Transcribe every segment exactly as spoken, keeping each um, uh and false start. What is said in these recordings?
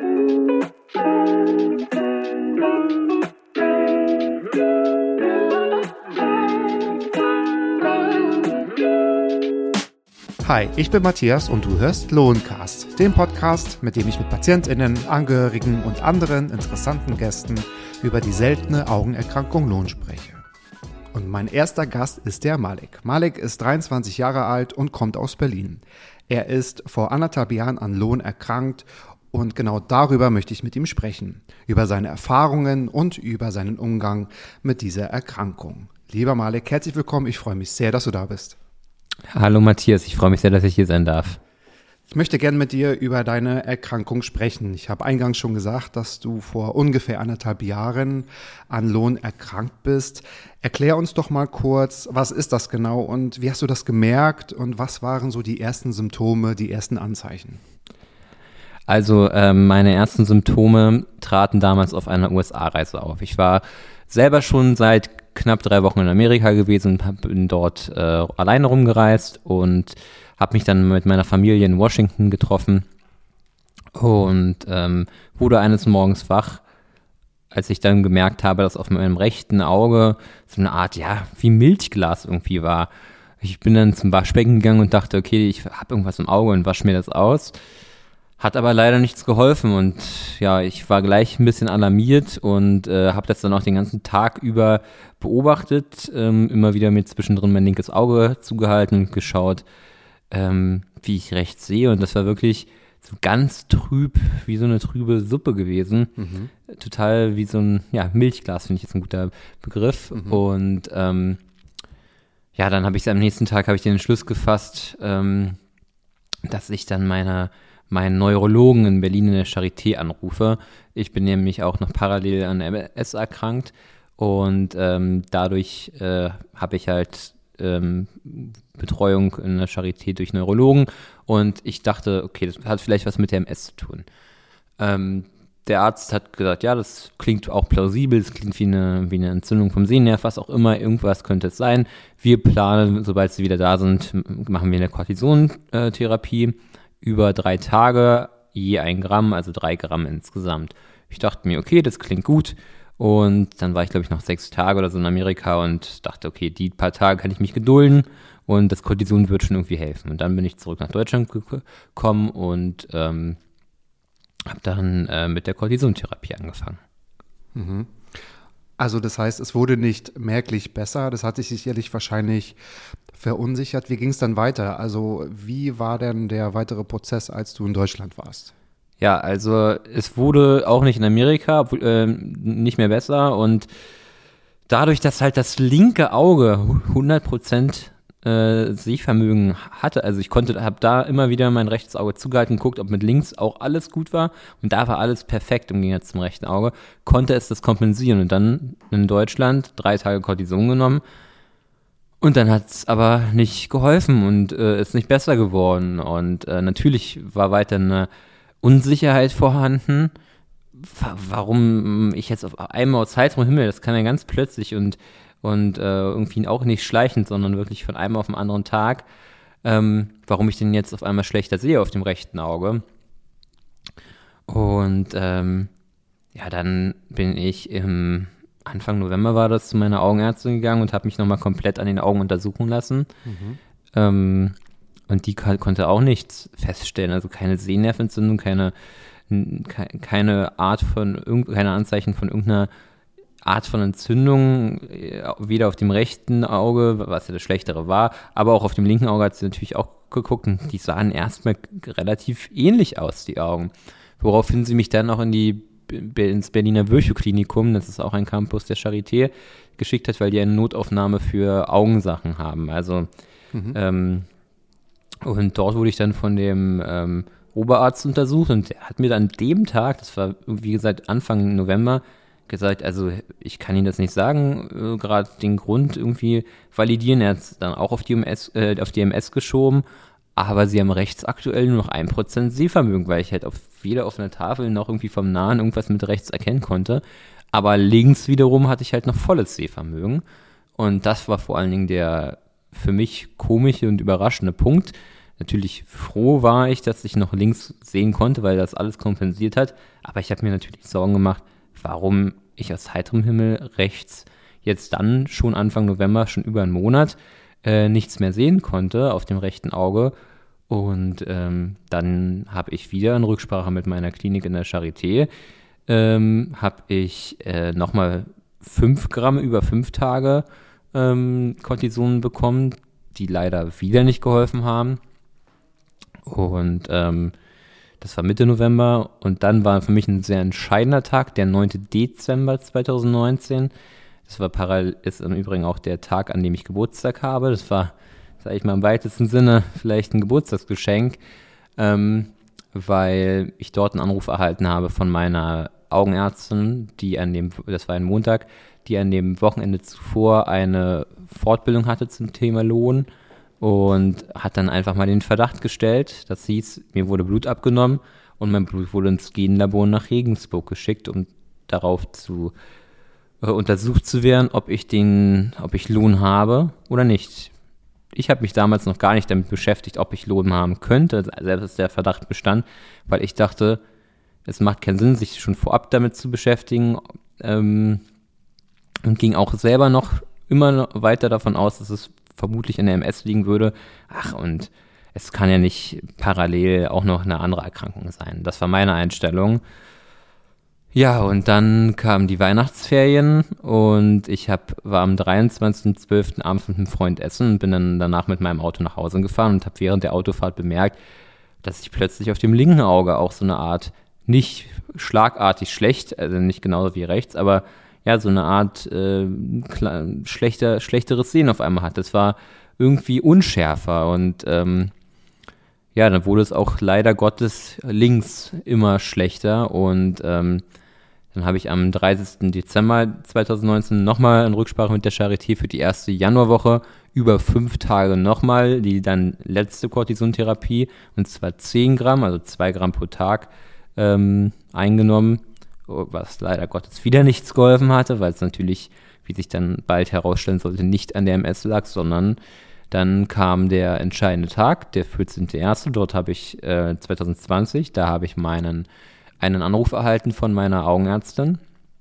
Hi, ich bin Matthias und du hörst Lohncast, den Podcast, mit dem ich mit PatientInnen, Angehörigen und anderen interessanten Gästen über die seltene Augenerkrankung Lohn spreche. Und mein erster Gast ist der Malik. Malik ist dreiundzwanzig Jahre alt und kommt aus Berlin. Er ist vor anderthalb Jahren an Lohn erkrankt und genau darüber möchte ich mit ihm sprechen. Über seine Erfahrungen und über seinen Umgang mit dieser Erkrankung. Lieber Malik, herzlich willkommen. Ich freue mich sehr, dass du da bist. Hallo Matthias, ich freue mich sehr, dass ich hier sein darf. Ich möchte gerne mit dir über deine Erkrankung sprechen. Ich habe eingangs schon gesagt, dass du vor ungefähr anderthalb Jahren an Lohn erkrankt bist. Erklär uns doch mal kurz, was ist das genau und wie hast du das gemerkt und was waren so die ersten Symptome, die ersten Anzeichen? Also ähm, meine ersten Symptome traten damals auf einer U S A-Reise auf. Ich war selber schon seit knapp drei Wochen in Amerika gewesen und bin dort äh, alleine rumgereist und habe mich dann mit meiner Familie in Washington getroffen und ähm, wurde eines Morgens wach, als ich dann gemerkt habe, dass auf meinem rechten Auge so eine Art, ja, wie Milchglas irgendwie war. Ich bin dann zum Waschbecken gegangen und dachte, okay, ich habe irgendwas im Auge und wasche mir das aus. Hat aber leider nichts geholfen und ja, ich war gleich ein bisschen alarmiert und äh, habe das dann auch den ganzen Tag über beobachtet, ähm, immer wieder mir zwischendrin mein linkes Auge zugehalten und geschaut, ähm, wie ich rechts sehe, und das war wirklich so ganz trüb, wie so eine trübe Suppe gewesen, mhm. Total wie so ein ja, Milchglas, finde ich jetzt ein guter Begriff, mhm. und ähm, ja, dann habe ich am nächsten Tag habe ich den Entschluss gefasst, ähm, dass ich dann meine meinen Neurologen in Berlin in der Charité anrufe. Ich bin nämlich auch noch parallel an M S erkrankt und ähm, dadurch äh, habe ich halt ähm, Betreuung in der Charité durch Neurologen und ich dachte, okay, das hat vielleicht was mit der M S zu tun. Ähm, der Arzt hat gesagt, ja, das klingt auch plausibel, das klingt wie eine, wie eine Entzündung vom Sehnerv, was auch immer, irgendwas könnte es sein. Wir planen, sobald sie wieder da sind, machen wir eine Cortisontherapie über drei Tage, je ein Gramm, also drei Gramm insgesamt. Ich dachte mir, okay, das klingt gut. Und dann war ich, glaube ich, noch sechs Tage oder so in Amerika und dachte, okay, die paar Tage kann ich mich gedulden und das Cortison wird schon irgendwie helfen. Und dann bin ich zurück nach Deutschland gekommen und ähm, habe dann äh, mit der Cortisontherapie angefangen. Mhm. Also das heißt, es wurde nicht merklich besser, das hat sich sicherlich wahrscheinlich verunsichert. Wie ging es dann weiter? Also wie war denn der weitere Prozess, als du in Deutschland warst? Ja, also es wurde auch nicht in Amerika äh, nicht mehr besser und dadurch, dass halt das linke Auge hundert Prozent äh, Sehvermögen hatte, also ich konnte, habe da immer wieder mein rechtes Auge zugehalten, geguckt, ob mit links auch alles gut war und da war alles perfekt im Gegensatz zum rechten Auge, konnte es das kompensieren und dann in Deutschland drei Tage Cortison genommen und dann hat es aber nicht geholfen und äh, ist nicht besser geworden und äh, natürlich war weiter eine Unsicherheit vorhanden, warum ich jetzt auf einmal aus heiterem Himmel, das kann ja ganz plötzlich und und äh, irgendwie auch nicht schleichend, sondern wirklich von einem auf den anderen Tag, ähm, warum ich denn jetzt auf einmal schlechter sehe auf dem rechten Auge. Und ähm, ja, dann bin ich im Anfang November war das zu meiner Augenärztin gegangen und habe mich nochmal komplett an den Augen untersuchen lassen. Mhm. Ähm, und die k- konnte auch nichts feststellen, also keine Sehnerventzündung, keine, ke- keine Art von, irg- keine Anzeichen von irgendeiner Art von Entzündung, weder auf dem rechten Auge, was ja das Schlechtere war, aber auch auf dem linken Auge hat sie natürlich auch geguckt und die sahen erstmal relativ ähnlich aus, die Augen. Woraufhin sie mich dann auch in die, ins Berliner Virchow-Klinikum, das ist auch ein Campus der Charité, geschickt hat, weil die eine Notaufnahme für Augensachen haben. Also mhm. ähm, und dort wurde ich dann von dem ähm, Oberarzt untersucht und der hat mir dann an dem Tag, das war wie gesagt Anfang November, gesagt, also ich kann Ihnen das nicht sagen, äh, gerade den Grund irgendwie validieren. Er hat es dann auch auf die, M S, äh, auf die M S geschoben, aber Sie haben rechts aktuell nur noch ein Prozent Sehvermögen, weil ich halt auf weder auf einer Tafel noch irgendwie vom Nahen irgendwas mit rechts erkennen konnte. Aber links wiederum hatte ich halt noch volles Sehvermögen. Und das war vor allen Dingen der für mich komische und überraschende Punkt, Natürlich froh war ich, dass ich noch links sehen konnte, weil das alles kompensiert hat. Aber ich habe mir natürlich Sorgen gemacht, warum ich aus heiterem Himmel rechts jetzt dann schon Anfang November, schon über einen Monat, äh, nichts mehr sehen konnte auf dem rechten Auge. Und ähm, dann habe ich wieder in Rücksprache mit meiner Klinik in der Charité, ähm, habe ich äh, nochmal fünf Gramm über fünf Tage ähm, Cortison bekommen, die leider wieder nicht geholfen haben. Und ähm, das war Mitte November und dann war für mich ein sehr entscheidender Tag, der neunte Dezember zweitausendneunzehn. Das war parallel, ist im Übrigen auch der Tag, an dem ich Geburtstag habe. Das war, sage ich mal im weitesten Sinne, vielleicht ein Geburtstagsgeschenk, ähm, weil ich dort einen Anruf erhalten habe von meiner Augenärztin, die an dem, das war ein Montag, die an dem Wochenende zuvor eine Fortbildung hatte zum Thema Lohn. Und hat dann einfach mal den Verdacht gestellt, das hieß, mir wurde Blut abgenommen und mein Blut wurde ins Genlabor nach Regensburg geschickt, um darauf zu äh, untersucht zu werden, ob ich den, ob ich Lohn habe oder nicht. Ich habe mich damals noch gar nicht damit beschäftigt, ob ich Lohn haben könnte, selbst als der Verdacht bestand, weil ich dachte, es macht keinen Sinn, sich schon vorab damit zu beschäftigen, ähm, und ging auch selber noch immer weiter davon aus, dass es vermutlich in der M S liegen würde. Ach, und es kann ja nicht parallel auch noch eine andere Erkrankung sein. Das war meine Einstellung. Ja, und dann kamen die Weihnachtsferien und ich hab, war am dreiundzwanzigsten zwölften abends mit einem Freund essen und bin dann danach mit meinem Auto nach Hause gefahren und habe während der Autofahrt bemerkt, dass ich plötzlich auf dem linken Auge auch so eine Art, nicht schlagartig schlecht, also nicht genauso wie rechts, aber ja, so eine Art äh, klar, schlechter, schlechteres Sehen auf einmal hat. Das war irgendwie unschärfer und ähm, ja, dann wurde es auch leider Gottes links immer schlechter und ähm, dann habe ich am dreißigsten Dezember zweitausendneunzehn nochmal in Rücksprache mit der Charité für die erste Januarwoche über fünf Tage nochmal die dann letzte Cortisontherapie und zwar zehn Gramm, also zwei Gramm pro Tag ähm, eingenommen, was leider Gottes wieder nichts geholfen hatte, weil es natürlich, wie sich dann bald herausstellen sollte, nicht an der M S lag, sondern dann kam der entscheidende Tag, der vierzehnten ersten Dort habe ich äh, zweitausendzwanzig, da habe ich meinen einen Anruf erhalten von meiner Augenärztin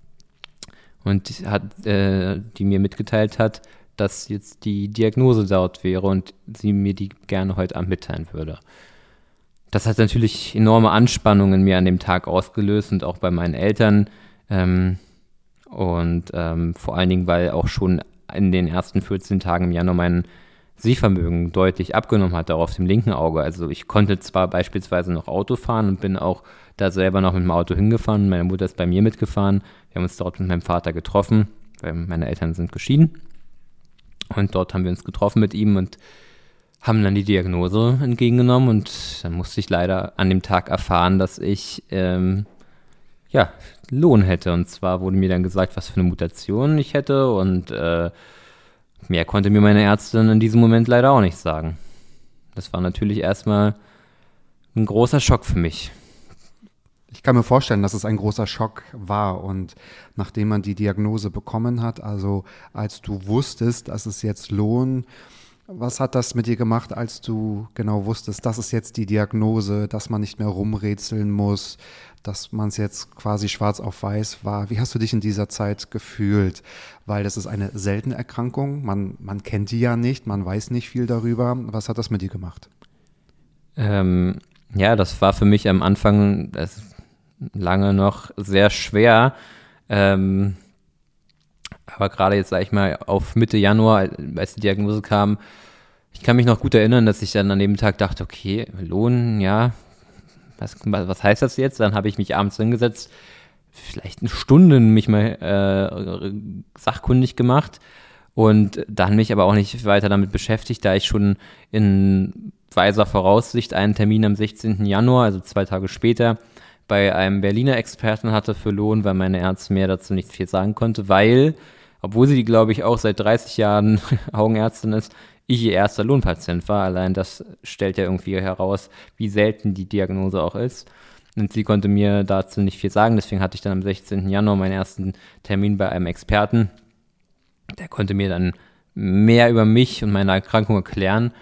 und hat, äh, die mir mitgeteilt hat, dass jetzt die Diagnose dort wäre und sie mir die gerne heute Abend mitteilen würde. Das hat natürlich enorme Anspannungen in mir an dem Tag ausgelöst und auch bei meinen Eltern. Ähm, und ähm, vor allen Dingen, weil auch schon in den ersten vierzehn Tagen im Januar mein Sehvermögen deutlich abgenommen hat, auch auf dem linken Auge. Also ich konnte zwar beispielsweise noch Auto fahren und bin auch da selber noch mit dem Auto hingefahren. Meine Mutter ist bei mir mitgefahren. Wir haben uns dort mit meinem Vater getroffen, weil meine Eltern sind geschieden. Und dort haben wir uns getroffen mit ihm und haben dann die Diagnose entgegengenommen und dann musste ich leider an dem Tag erfahren, dass ich ähm, ja, Lohn hätte. Und zwar wurde mir dann gesagt, was für eine Mutation ich hätte und äh, mehr konnte mir meine Ärztin in diesem Moment leider auch nicht sagen. Das war natürlich erstmal ein großer Schock für mich. Ich kann mir vorstellen, dass es ein großer Schock war und nachdem man die Diagnose bekommen hat, also als du wusstest, dass es jetzt Lohn, was hat das mit dir gemacht, als du genau wusstest, das ist jetzt die Diagnose, dass man nicht mehr rumrätseln muss, dass man es jetzt quasi schwarz auf weiß war? Wie hast du dich in dieser Zeit gefühlt? Weil das ist eine seltene Erkrankung, man, man kennt die ja nicht, man weiß nicht viel darüber. Was hat das mit dir gemacht? Ähm, ja, das war für mich am Anfang das lange noch sehr schwer, ähm, aber gerade jetzt, sag ich mal, auf Mitte Januar, als die Diagnose kam, ich kann mich noch gut erinnern, dass ich dann an dem Tag dachte, okay, Lohn, ja, was, was heißt das jetzt? Dann habe ich mich abends hingesetzt, vielleicht eine Stunde mich mal äh, sachkundig gemacht und dann mich aber auch nicht weiter damit beschäftigt, da ich schon in weiser Voraussicht einen Termin am sechzehnten Januar, also zwei Tage später, bei einem Berliner Experten hatte für Lohn, weil meine Ärztin mir dazu nicht viel sagen konnte, weil, obwohl sie, glaube ich, auch seit dreißig Jahren Augenärztin ist, ich ihr erster Lohnpatient war. Allein das stellt ja irgendwie heraus, wie selten die Diagnose auch ist. Und sie konnte mir dazu nicht viel sagen, deswegen hatte ich dann am sechzehnten Januar meinen ersten Termin bei einem Experten. Der konnte mir dann mehr über mich und meine Erkrankung erklären.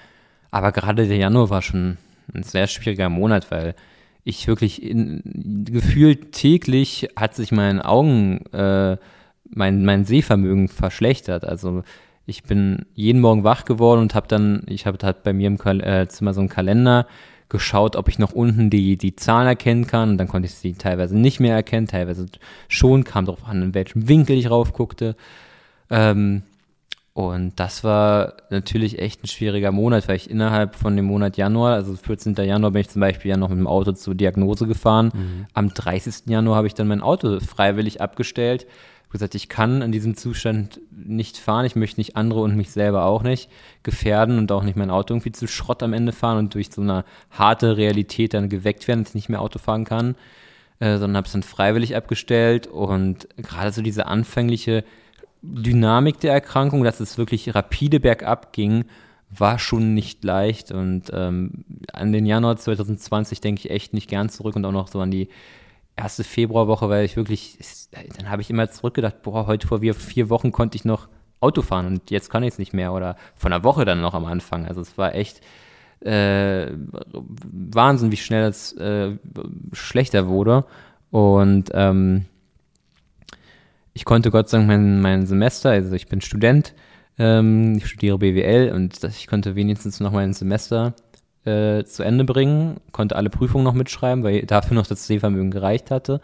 Aber gerade der Januar war schon ein sehr schwieriger Monat, weil ich wirklich in, gefühlt täglich hat sich mein Augen, äh, mein, mein Sehvermögen verschlechtert. Also ich bin jeden Morgen wach geworden und habe dann, ich habe halt bei mir im Kal- äh, Zimmer so einen Kalender geschaut, ob ich noch unten die, die Zahlen erkennen kann. Und dann konnte ich sie teilweise nicht mehr erkennen, teilweise schon, kam darauf an, in welchem Winkel ich raufguckte. Ähm, und das war natürlich echt ein schwieriger Monat, weil ich innerhalb von dem Monat Januar, also vierzehnten Januar bin ich zum Beispiel ja noch mit dem Auto zur Diagnose gefahren. Mhm. Am dreißigsten Januar habe ich dann mein Auto freiwillig abgestellt. Ich habe gesagt, ich kann in diesem Zustand nicht fahren, ich möchte nicht andere und mich selber auch nicht gefährden und auch nicht mein Auto irgendwie zu Schrott am Ende fahren und durch so eine harte Realität dann geweckt werden, dass ich nicht mehr Auto fahren kann, äh, sondern habe es dann freiwillig abgestellt. Und gerade so diese anfängliche Dynamik der Erkrankung, dass es wirklich rapide bergab ging, war schon nicht leicht. Und ähm, an den Januar zwanzig zwanzig denke ich echt nicht gern zurück und auch noch so an die erste Februarwoche, weil ich wirklich, dann habe ich immer zurückgedacht, boah, heute vor vier Wochen konnte ich noch Auto fahren und jetzt kann ich es nicht mehr, oder von einer Woche dann noch am Anfang. Also es war echt äh, Wahnsinn, wie schnell es äh, schlechter wurde. Und ähm, ich konnte Gott sei Dank mein, mein Semester, also ich bin Student, ähm, ich studiere B W L und das, ich konnte wenigstens noch mein Semester äh, zu Ende bringen, konnte alle Prüfungen noch mitschreiben, weil dafür noch das Sehvermögen gereicht hatte.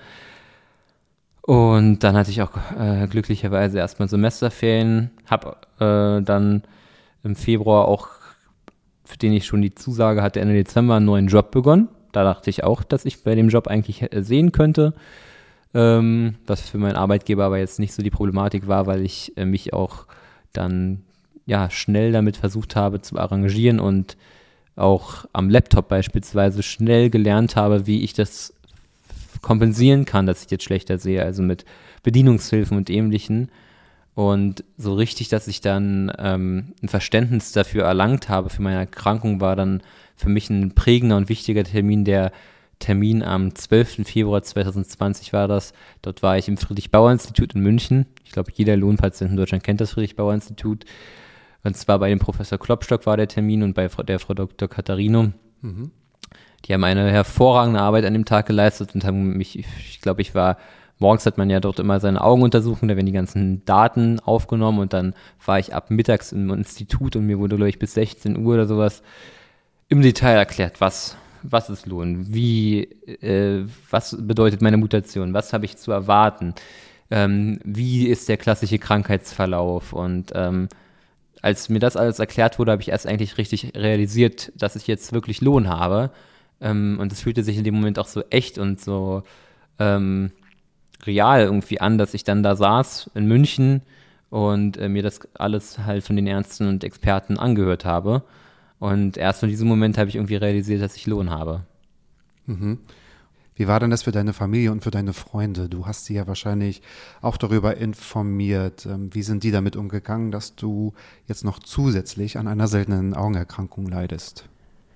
Und dann hatte ich auch äh, glücklicherweise erstmal Semesterferien, habe äh, dann im Februar auch, für den ich schon die Zusage hatte, Ende Dezember einen neuen Job begonnen. Da dachte ich auch, dass ich bei dem Job eigentlich sehen könnte. Ähm, was für meinen Arbeitgeber aber jetzt nicht so die Problematik war, weil ich äh, mich auch dann ja schnell damit versucht habe zu arrangieren und auch am Laptop beispielsweise schnell gelernt habe, wie ich das kompensieren kann, dass ich jetzt schlechter sehe, also mit Bedienungshilfen und Ähnlichen. Und so richtig, dass ich dann ähm, ein Verständnis dafür erlangt habe für meine Erkrankung, war dann für mich ein prägender und wichtiger Termin, der Termin am zwölften Februar zwanzig zwanzig war das. Dort war ich im Friedrich-Bauer-Institut in München. Ich glaube, jeder Lohnpatient in Deutschland kennt das Friedrich-Bauer-Institut. Und zwar bei dem Professor Klopstock war der Termin und bei der Frau Doktor Katharino. Mhm. Die haben eine hervorragende Arbeit an dem Tag geleistet und haben mich, ich glaube, ich war, morgens hat man ja dort immer seine Augen untersuchen, da werden die ganzen Daten aufgenommen und dann war ich ab mittags im Institut und mir wurde, glaube ich, bis sechzehn Uhr oder sowas im Detail erklärt, was Was ist Lohn? Wie, äh, was bedeutet meine Mutation? Was habe ich zu erwarten? Ähm, wie ist der klassische Krankheitsverlauf? Und ähm, als mir das alles erklärt wurde, habe ich erst eigentlich richtig realisiert, dass ich jetzt wirklich Lohn habe. Ähm, und es fühlte sich in dem Moment auch so echt und so ähm, real irgendwie an, dass ich dann da saß in München und äh, mir das alles halt von den Ärzten und Experten angehört habe. Und erst in diesem Moment habe ich irgendwie realisiert, dass ich Lohn habe. Mhm. Wie war denn das für deine Familie und für deine Freunde? Du hast sie ja wahrscheinlich auch darüber informiert. Wie sind die damit umgegangen, dass du jetzt noch zusätzlich an einer seltenen Augenerkrankung leidest?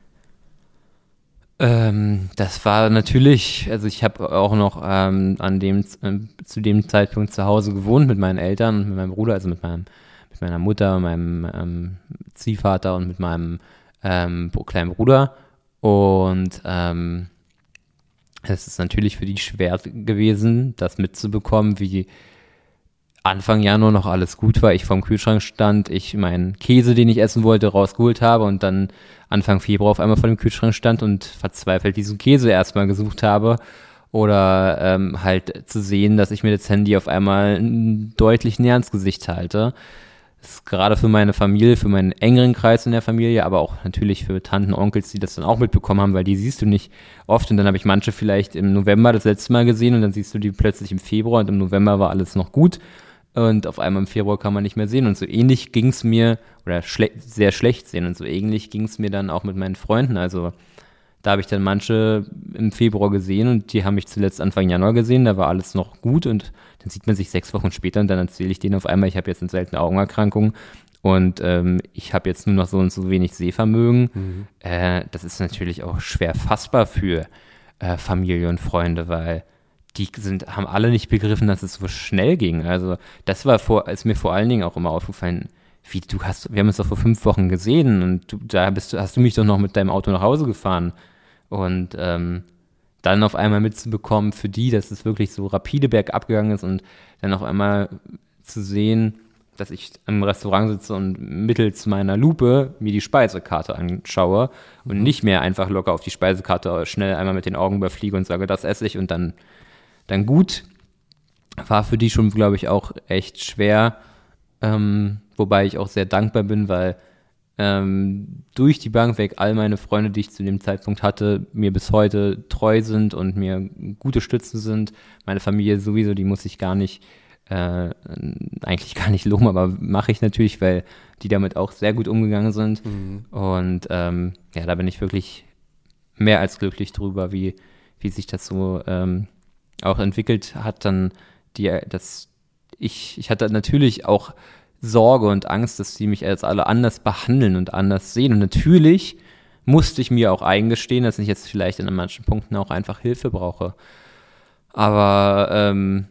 Ähm, das war natürlich, also ich habe auch noch ähm, an dem, äh, zu dem Zeitpunkt zu Hause gewohnt mit meinen Eltern und mit meinem Bruder, also mit meinem mit meiner Mutter, meinem ähm, Ziehvater und mit meinem ähm, kleinen Bruder. Und ähm, es ist natürlich für die schwer gewesen, das mitzubekommen, wie Anfang Januar noch alles gut war, ich vorm Kühlschrank stand, ich meinen Käse, den ich essen wollte, rausgeholt habe und dann Anfang Februar auf einmal vor dem Kühlschrank stand und verzweifelt diesen Käse erstmal gesucht habe. Oder ähm, halt zu sehen, dass ich mir das Handy auf einmal deutlich näher ans Gesicht halte. Das ist gerade für meine Familie, für meinen engeren Kreis in der Familie, aber auch natürlich für Tanten, Onkels, die das dann auch mitbekommen haben, weil die siehst du nicht oft. Und dann habe ich manche vielleicht im November das letzte Mal gesehen und dann siehst du die plötzlich im Februar und im November war alles noch gut. Und auf einmal im Februar kann man nicht mehr sehen. Und so ähnlich ging es mir, oder schle- sehr schlecht sehen, und so ähnlich ging es mir dann auch mit meinen Freunden. Also da habe ich dann manche im Februar gesehen und die haben mich zuletzt Anfang Januar gesehen, da war alles noch gut und dann sieht man sich sechs Wochen später und dann erzähle ich denen auf einmal, ich habe jetzt eine seltene Augenerkrankung und ähm, ich habe jetzt nur noch so und so wenig Sehvermögen. Mhm. Äh, das ist natürlich auch schwer fassbar für äh, Familie und Freunde, weil die sind, haben alle nicht begriffen, dass es so schnell ging. Also das war vor, ist mir vor allen Dingen auch immer aufgefallen, wie, du hast, wir haben uns doch vor fünf Wochen gesehen und du, da bist du, hast du mich doch noch mit deinem Auto nach Hause gefahren. Und ähm, dann auf einmal mitzubekommen für die, dass es wirklich so rapide bergab gegangen ist und dann auf einmal zu sehen, dass ich im Restaurant sitze und mittels meiner Lupe mir die Speisekarte anschaue und mhm. nicht mehr einfach locker auf die Speisekarte schnell einmal mit den Augen überfliege und sage, das esse ich und dann, dann gut, war für die schon, glaube ich, auch echt schwer, ähm, wobei ich auch sehr dankbar bin, weil Ähm, durch die Bank weg all meine Freunde, die ich zu dem Zeitpunkt hatte, mir bis heute treu sind und mir gute Stützen sind. Meine Familie sowieso, die muss ich gar nicht, äh, eigentlich gar nicht loben, aber mache ich natürlich, weil die damit auch sehr gut umgegangen sind. Mhm. Und ähm, ja, da bin ich wirklich mehr als glücklich drüber, wie, wie sich das so ähm, auch entwickelt hat. Dann die, das, ich, ich hatte natürlich auch Sorge und Angst, dass die mich als alle anders behandeln und anders sehen. Und natürlich musste ich mir auch eingestehen, dass ich jetzt vielleicht in manchen Punkten auch einfach Hilfe brauche. Aber ähm,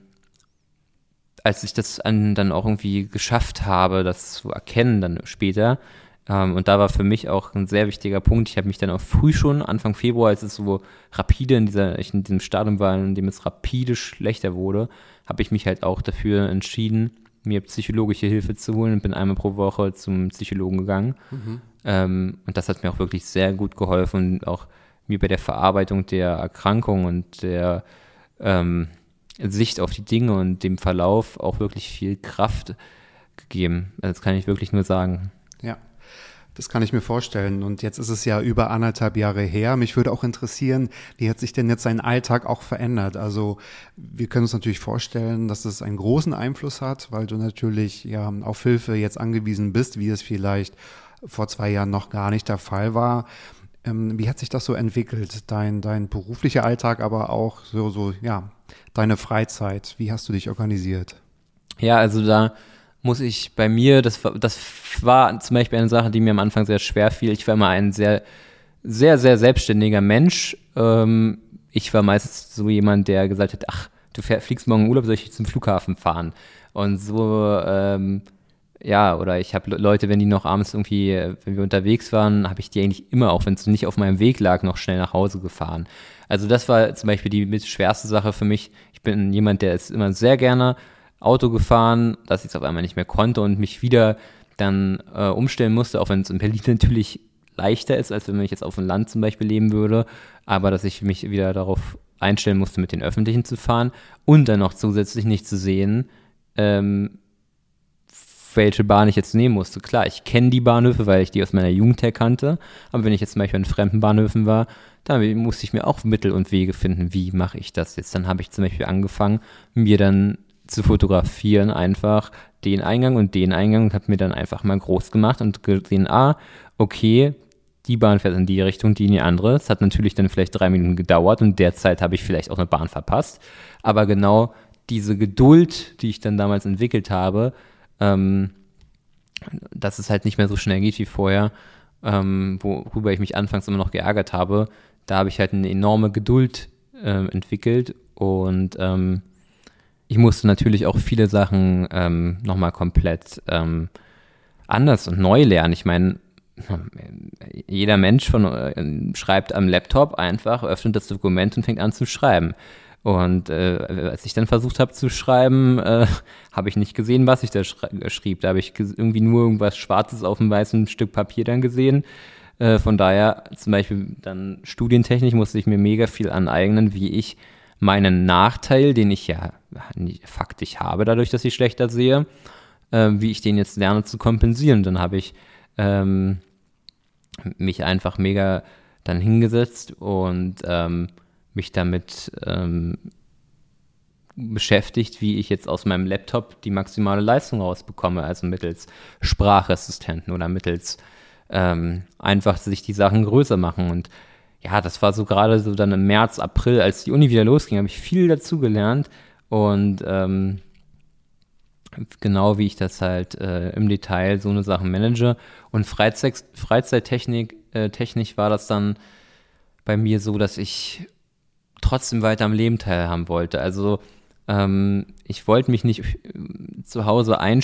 als ich das an, dann auch irgendwie geschafft habe, das zu erkennen dann später, ähm, und da war für mich auch ein sehr wichtiger Punkt, ich habe mich dann auch früh schon, Anfang Februar, als es so rapide in, dieser, ich in diesem Stadium war, in dem es rapide schlechter wurde, habe ich mich halt auch dafür entschieden, mir psychologische Hilfe zu holen und bin einmal pro Woche zum Psychologen gegangen. Mhm. Ähm, und das hat mir auch wirklich sehr gut geholfen und auch mir bei der Verarbeitung der Erkrankung und der ähm, Sicht auf die Dinge und dem Verlauf auch wirklich viel Kraft gegeben. Das kann ich wirklich nur sagen. Ja. Das kann ich mir vorstellen. Und jetzt ist es ja über anderthalb Jahre her. Mich würde auch interessieren, wie hat sich denn jetzt dein Alltag auch verändert? Also wir können uns natürlich vorstellen, dass es einen großen Einfluss hat, weil du natürlich ja auf Hilfe jetzt angewiesen bist, wie es vielleicht vor zwei Jahren noch gar nicht der Fall war. Ähm, wie hat sich das so entwickelt? Dein, dein beruflicher Alltag, aber auch so, so, ja, deine Freizeit. Wie hast du dich organisiert? Ja, also da muss ich bei mir, das, das war zum Beispiel eine Sache, die mir am Anfang sehr schwer fiel. Ich war immer ein sehr, sehr, sehr selbstständiger Mensch. Ähm, ich war meistens so jemand, der gesagt hat, ach, du fähr, fliegst morgen in Urlaub, soll ich zum Flughafen fahren? Und so, ähm, ja, oder ich habe Leute, wenn die noch abends irgendwie, wenn wir unterwegs waren, habe ich die eigentlich immer, auch wenn es nicht auf meinem Weg lag, noch schnell nach Hause gefahren. Also das war zum Beispiel die mit schwerste Sache für mich. Ich bin jemand, der ist immer sehr gerne Auto gefahren, dass ich es auf einmal nicht mehr konnte und mich wieder dann äh, umstellen musste, auch wenn es in Berlin natürlich leichter ist, als wenn ich jetzt auf dem Land zum Beispiel leben würde, aber dass ich mich wieder darauf einstellen musste, mit den Öffentlichen zu fahren und dann noch zusätzlich nicht zu sehen, ähm, welche Bahn ich jetzt nehmen musste. Klar, ich kenne die Bahnhöfe, weil ich die aus meiner Jugend her kannte, aber wenn ich jetzt zum Beispiel in fremden Bahnhöfen war, dann musste ich mir auch Mittel und Wege finden, wie mache ich das jetzt. Dann habe ich zum Beispiel angefangen, mir dann zu fotografieren, einfach den Eingang und den Eingang und habe mir dann einfach mal groß gemacht und gesehen, ah, okay, die Bahn fährt in die Richtung, die in die andere. Es hat natürlich dann vielleicht drei Minuten gedauert und derzeit habe ich vielleicht auch eine Bahn verpasst. Aber genau diese Geduld, die ich dann damals entwickelt habe, ähm, dass es halt nicht mehr so schnell geht wie vorher, ähm, worüber ich mich anfangs immer noch geärgert habe, da habe ich halt eine enorme Geduld äh, entwickelt und ähm, ich musste natürlich auch viele Sachen ähm, nochmal komplett ähm, anders und neu lernen. Ich meine, jeder Mensch von, äh, schreibt am Laptop einfach, öffnet das Dokument und fängt an zu schreiben. Und äh, als ich dann versucht habe zu schreiben, äh, habe ich nicht gesehen, was ich da schra- schrieb. Da habe ich ges- irgendwie nur irgendwas Schwarzes auf einem weißen Stück Papier dann gesehen. Äh, von daher, zum Beispiel dann studientechnisch musste ich mir mega viel aneignen, wie ich meinen Nachteil, den ich ja faktisch habe, dadurch, dass ich schlechter sehe, äh, wie ich den jetzt lerne zu kompensieren. Dann habe ich ähm, mich einfach mega dann hingesetzt und ähm, mich damit ähm, beschäftigt, wie ich jetzt aus meinem Laptop die maximale Leistung rausbekomme, also mittels Sprachassistenten oder mittels ähm, einfach sich die Sachen größer machen. Und ja, das war so gerade so dann im März, April, als die Uni wieder losging, habe ich viel dazu gelernt und ähm, genau wie ich das halt äh, im Detail so eine Sachen manage. Und Freizeit, Freizeittechnik, äh, technisch war das dann bei mir so, dass ich trotzdem weiter am Leben teilhaben wollte. Also ähm, ich wollte mich nicht zu Hause einsperren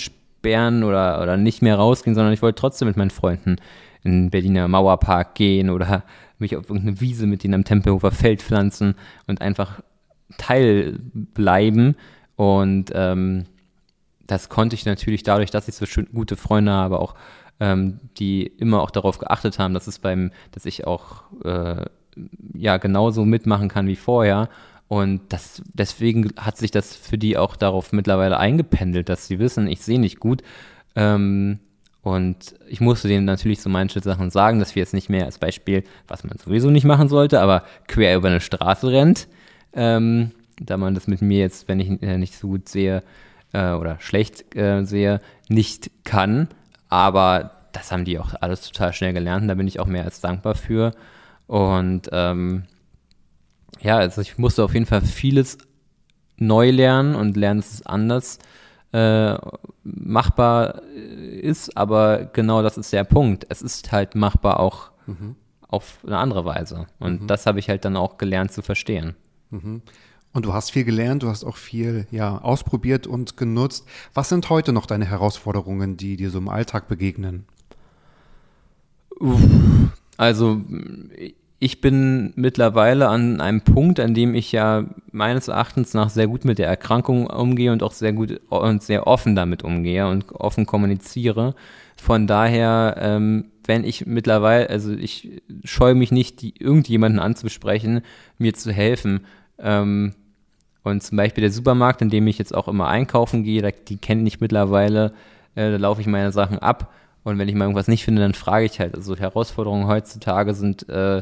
sperren oder, oder nicht mehr rausgehen, sondern ich wollte trotzdem mit meinen Freunden in den Berliner Mauerpark gehen oder mich auf irgendeine Wiese mit denen am Tempelhofer Feld pflanzen und einfach Teil bleiben. Und ähm, das konnte ich natürlich dadurch, dass ich so schön gute Freunde habe, auch ähm, die immer auch darauf geachtet haben, dass es beim, dass ich auch äh, ja genauso mitmachen kann wie vorher. Und das, deswegen hat sich das für die auch darauf mittlerweile eingependelt, dass sie wissen, ich sehe nicht gut. Ähm, und ich musste denen natürlich so manche Sachen sagen, dass wir jetzt nicht mehr als Beispiel, was man sowieso nicht machen sollte, aber quer über eine Straße rennt, ähm, da man das mit mir jetzt, wenn ich äh, nicht so gut sehe äh, oder schlecht äh, sehe, nicht kann. Aber das haben die auch alles total schnell gelernt und da bin ich auch mehr als dankbar für. Und ähm, ja, also ich musste auf jeden Fall vieles neu lernen und lernen, dass es anders äh, machbar ist, aber genau das ist der Punkt. Es ist halt machbar auch mhm. auf eine andere Weise und mhm. das habe ich halt dann auch gelernt zu verstehen. Mhm. Und du hast viel gelernt, du hast auch viel ja, ausprobiert und genutzt. Was sind heute noch deine Herausforderungen, die dir so im Alltag begegnen? Uff, also ich bin mittlerweile an einem Punkt, an dem ich ja meines Erachtens nach sehr gut mit der Erkrankung umgehe und auch sehr gut und sehr offen damit umgehe und offen kommuniziere. Von daher, ähm, wenn ich mittlerweile, also ich scheue mich nicht, die, irgendjemanden anzusprechen, mir zu helfen. Ähm, und zum Beispiel der Supermarkt, in dem ich jetzt auch immer einkaufen gehe, da, die kennen mich mittlerweile, äh, da laufe ich meine Sachen ab. Und wenn ich mal irgendwas nicht finde, dann frage ich halt. Also Herausforderungen heutzutage sind äh,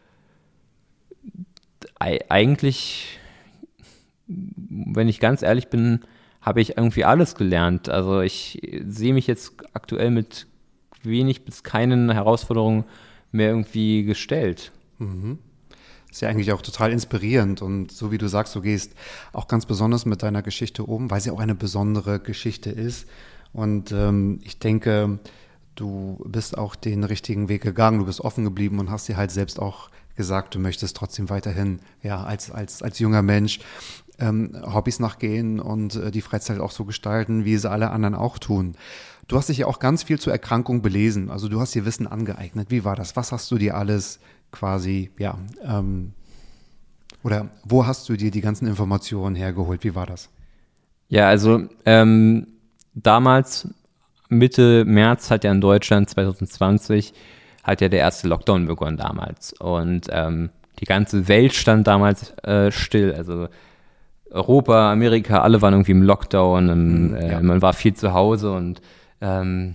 eigentlich, wenn ich ganz ehrlich bin, habe ich irgendwie alles gelernt. Also ich sehe mich jetzt aktuell mit wenig bis keinen Herausforderungen mehr irgendwie gestellt. Mhm. Ist ja eigentlich auch total inspirierend und so wie du sagst, du gehst auch ganz besonders mit deiner Geschichte um, weil sie auch eine besondere Geschichte ist. Und ähm, ich denke, du bist auch den richtigen Weg gegangen, du bist offen geblieben und hast dir halt selbst auch gesagt, du möchtest trotzdem weiterhin ja als, als, als junger Mensch ähm, Hobbys nachgehen und äh, die Freizeit auch so gestalten, wie es alle anderen auch tun. Du hast dich ja auch ganz viel zur Erkrankung belesen, also du hast dir Wissen angeeignet. Wie war das? Was hast du dir alles quasi, ja, ähm, oder wo hast du dir die ganzen Informationen hergeholt? Wie war das? Ja, also ähm, damals Mitte März hat ja in Deutschland zwanzig zwanzig hat ja der erste Lockdown begonnen damals und ähm, die ganze Welt stand damals äh, still, also Europa, Amerika, alle waren irgendwie im Lockdown, und, äh, ja. man war viel zu Hause und ähm,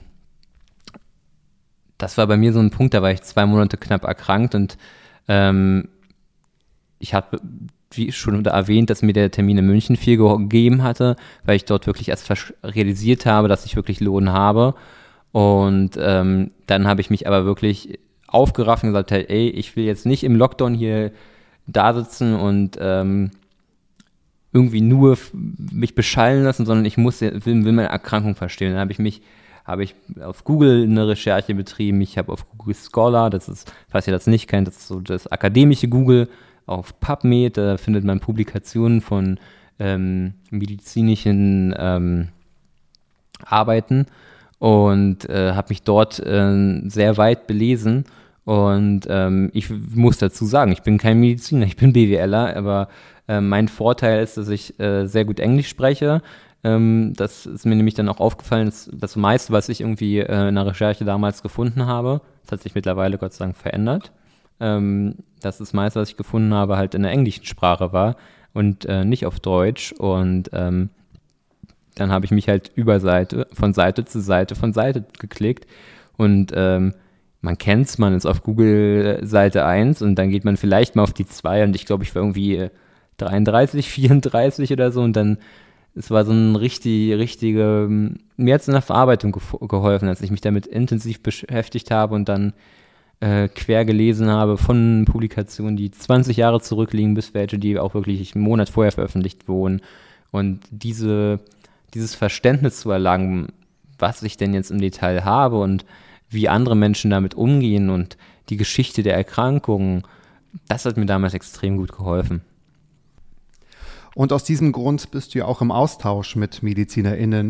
das war bei mir so ein Punkt, da war ich zwei Monate knapp erkrankt und ähm, ich habe, wie schon erwähnt, dass mir der Termin in München viel gegeben hatte, weil ich dort wirklich erst realisiert habe, dass ich wirklich Lohn habe. Und ähm, dann habe ich mich aber wirklich aufgerafft und gesagt, hey, ey, ich will jetzt nicht im Lockdown hier da sitzen und ähm, irgendwie nur f- mich beschallen lassen, sondern ich muss, will, will meine Erkrankung verstehen. Dann habe ich mich, habe ich auf Google eine Recherche betrieben. Ich habe auf Google Scholar, das ist, falls ihr das nicht kennt, das ist so das akademische Google, auf PubMed, da findet man Publikationen von ähm, medizinischen ähm, Arbeiten und äh, habe mich dort äh, sehr weit belesen und ähm, ich muss dazu sagen, ich bin kein Mediziner, ich bin BWLer, aber äh, mein Vorteil ist, dass ich äh, sehr gut Englisch spreche. Ähm, das ist mir nämlich dann auch aufgefallen, dass das meiste, was ich irgendwie äh, in der Recherche damals gefunden habe, das hat sich mittlerweile Gott sei Dank verändert, ähm, dass das meiste, was ich gefunden habe, halt in der englischen Sprache war und äh, nicht auf Deutsch und ähm, dann habe ich mich halt über Seite, von Seite zu Seite, von Seite geklickt und ähm, man kennt's, man ist auf Google Seite eins und dann geht man vielleicht mal auf die zwei und ich glaube, ich war irgendwie dreiunddreißig, vierunddreißig oder so und dann, es war so ein richtig, richtige, mir hat es in der Verarbeitung ge- geholfen, als ich mich damit intensiv beschäftigt habe und dann äh, quer gelesen habe von Publikationen, die zwanzig Jahre zurückliegen, bis welche, die auch wirklich einen Monat vorher veröffentlicht wurden und diese dieses Verständnis zu erlangen, was ich denn jetzt im Detail habe und wie andere Menschen damit umgehen und die Geschichte der Erkrankungen, das hat mir damals extrem gut geholfen. Und aus diesem Grund bist du ja auch im Austausch mit MedizinerInnen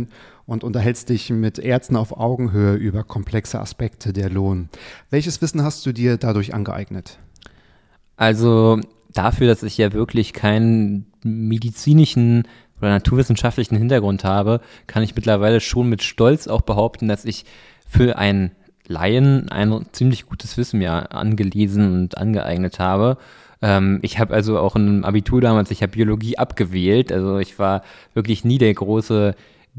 und unterhältst dich mit Ärzten auf Augenhöhe über komplexe Aspekte der Lohn. Welches Wissen hast du dir dadurch angeeignet? Also dafür, dass ich ja wirklich keinen medizinischen oder naturwissenschaftlichen Hintergrund habe, kann ich mittlerweile schon mit Stolz auch behaupten, dass ich für einen Laien ein ziemlich gutes Wissen mir angelesen und angeeignet habe. Ähm, ich habe also auch im Abitur damals, ich habe Biologie abgewählt, also ich war wirklich nie der große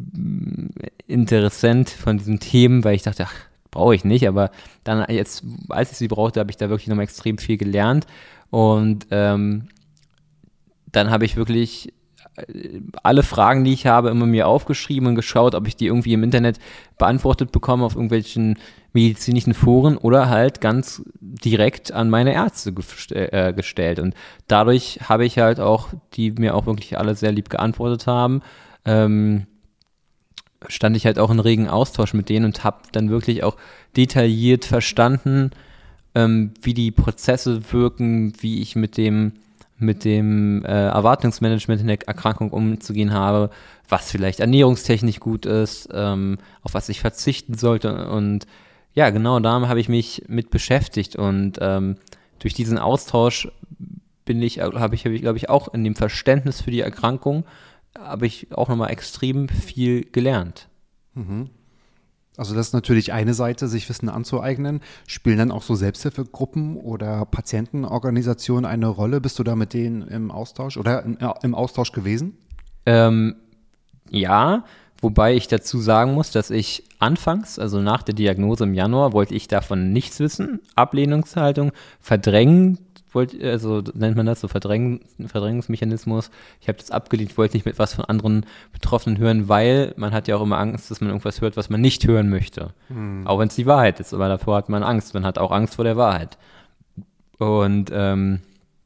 Interessent von diesen Themen, weil ich dachte, ach, brauche ich nicht, aber dann jetzt, als ich sie brauchte, habe ich da wirklich nochmal extrem viel gelernt und ähm, dann habe ich wirklich alle Fragen, die ich habe, immer mir aufgeschrieben und geschaut, ob ich die irgendwie im Internet beantwortet bekomme auf irgendwelchen medizinischen Foren oder halt ganz direkt an meine Ärzte gest- äh, gestellt. Und dadurch habe ich halt auch, die mir auch wirklich alle sehr lieb geantwortet haben, ähm, stand ich halt auch in regen Austausch mit denen und habe dann wirklich auch detailliert verstanden, ähm, wie die Prozesse wirken, wie ich mit dem mit dem äh, Erwartungsmanagement in der Erkrankung umzugehen habe, was vielleicht ernährungstechnisch gut ist, ähm, auf was ich verzichten sollte und ja, genau, da habe ich mich mit beschäftigt und ähm, durch diesen Austausch bin ich, habe ich, glaube ich, auch in dem Verständnis für die Erkrankung, habe ich auch nochmal extrem viel gelernt. Mhm. Also das ist natürlich eine Seite, sich Wissen anzueignen. Spielen dann auch so Selbsthilfegruppen oder Patientenorganisationen eine Rolle? Bist du da mit denen im Austausch oder im, ja, im Austausch gewesen? Ähm, ja, wobei ich dazu sagen muss, dass ich anfangs, also nach der Diagnose im Januar, wollte ich davon nichts wissen. Ablehnungshaltung, verdrängen, wollte, also nennt man das so, Verdrängen, Verdrängungsmechanismus. Ich habe das abgelehnt, wollte nicht mit was von anderen Betroffenen hören, weil man hat ja auch immer Angst, dass man irgendwas hört, was man nicht hören möchte. Hm. Auch wenn es die Wahrheit ist, aber davor hat man Angst. Man hat auch Angst vor der Wahrheit. Und ähm,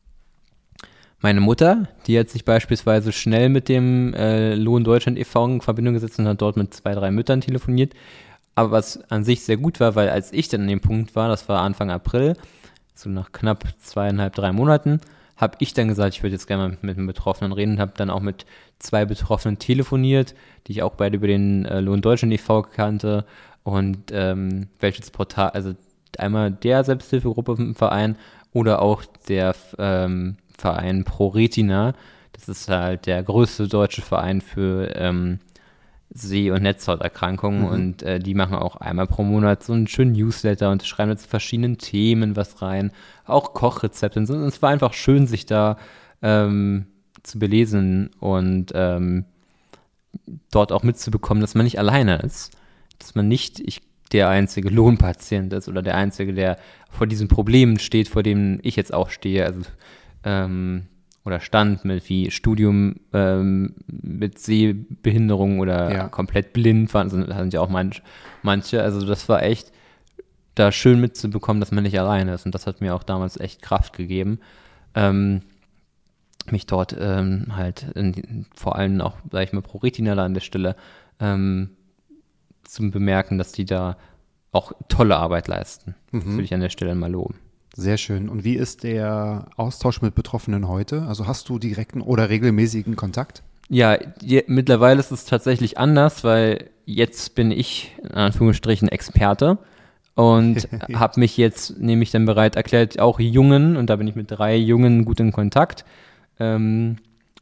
meine Mutter, die hat sich beispielsweise schnell mit dem äh, Lohn Deutschland e V in Verbindung gesetzt und hat dort mit zwei, drei Müttern telefoniert. Aber was an sich sehr gut war, weil als ich dann an dem Punkt war, das war Anfang April, so nach knapp zweieinhalb, drei Monaten, habe ich dann gesagt, ich würde jetzt gerne mal mit einem Betroffenen reden und habe dann auch mit zwei Betroffenen telefoniert, die ich auch beide über den äh, Lohn Deutschland e V kannte und ähm, welches Portal, also einmal der Selbsthilfegruppe im Verein oder auch der ähm, Verein ProRetina. Das ist halt der größte deutsche Verein für ähm, Seh- und Netzhauterkrankungen mhm. und äh, die machen auch einmal pro Monat so einen schönen Newsletter und schreiben zu verschiedenen Themen was rein, auch Kochrezepte und so. Und es war einfach schön, sich da ähm, zu belesen und ähm, dort auch mitzubekommen, dass man nicht alleine ist, dass man nicht ich, der einzige Lohnpatient ist oder der einzige, der vor diesen Problemen steht, vor denen ich jetzt auch stehe, also ähm, oder stand mit wie Studium ähm, mit Sehbehinderung oder ja. komplett blind waren, sind, sind ja auch manch, manche, also das war echt da schön mitzubekommen, dass man nicht alleine ist und das hat mir auch damals echt Kraft gegeben, ähm, mich dort ähm, halt in, vor allem auch, sag ich mal, ProRetina da an der Stelle ähm, zum Bemerken, dass die da auch tolle Arbeit leisten. Mhm. Das will ich an der Stelle mal loben. Sehr schön. Und wie ist der Austausch mit Betroffenen heute? Also hast du direkten oder regelmäßigen Kontakt? Ja, je, mittlerweile ist es tatsächlich anders, weil jetzt bin ich in Anführungsstrichen Experte und habe mich jetzt nämlich dann bereit erklärt, auch Jungen, und da bin ich mit drei Jungen gut in Kontakt, ähm,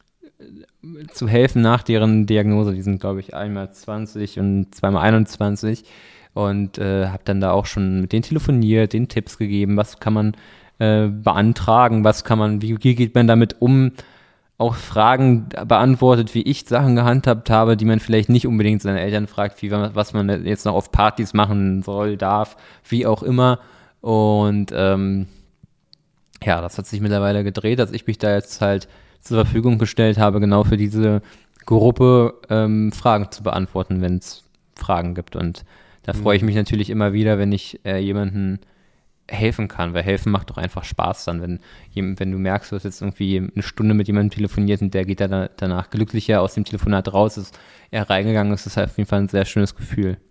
zu helfen nach deren Diagnose. Die sind, glaube ich, einmal zwanzig und zweimal einundzwanzig. Und äh, habe dann da auch schon mit denen telefoniert, denen Tipps gegeben, was kann man äh, beantragen, was kann man, wie, wie geht man damit um, auch Fragen beantwortet, wie ich Sachen gehandhabt habe, die man vielleicht nicht unbedingt seine Eltern fragt, wie was man jetzt noch auf Partys machen soll, darf, wie auch immer. Und ähm, ja, das hat sich mittlerweile gedreht, dass ich mich da jetzt halt zur Verfügung gestellt habe, genau für diese Gruppe ähm, Fragen zu beantworten, wenn es Fragen gibt. Und da freue ich mich natürlich immer wieder, wenn ich äh, jemandem helfen kann, weil helfen macht doch einfach Spaß dann, wenn, wenn du merkst, du hast jetzt irgendwie eine Stunde mit jemandem telefoniert und der geht dann danach glücklicher aus dem Telefonat raus, ist er reingegangen, ist das halt auf jeden Fall ein sehr schönes Gefühl.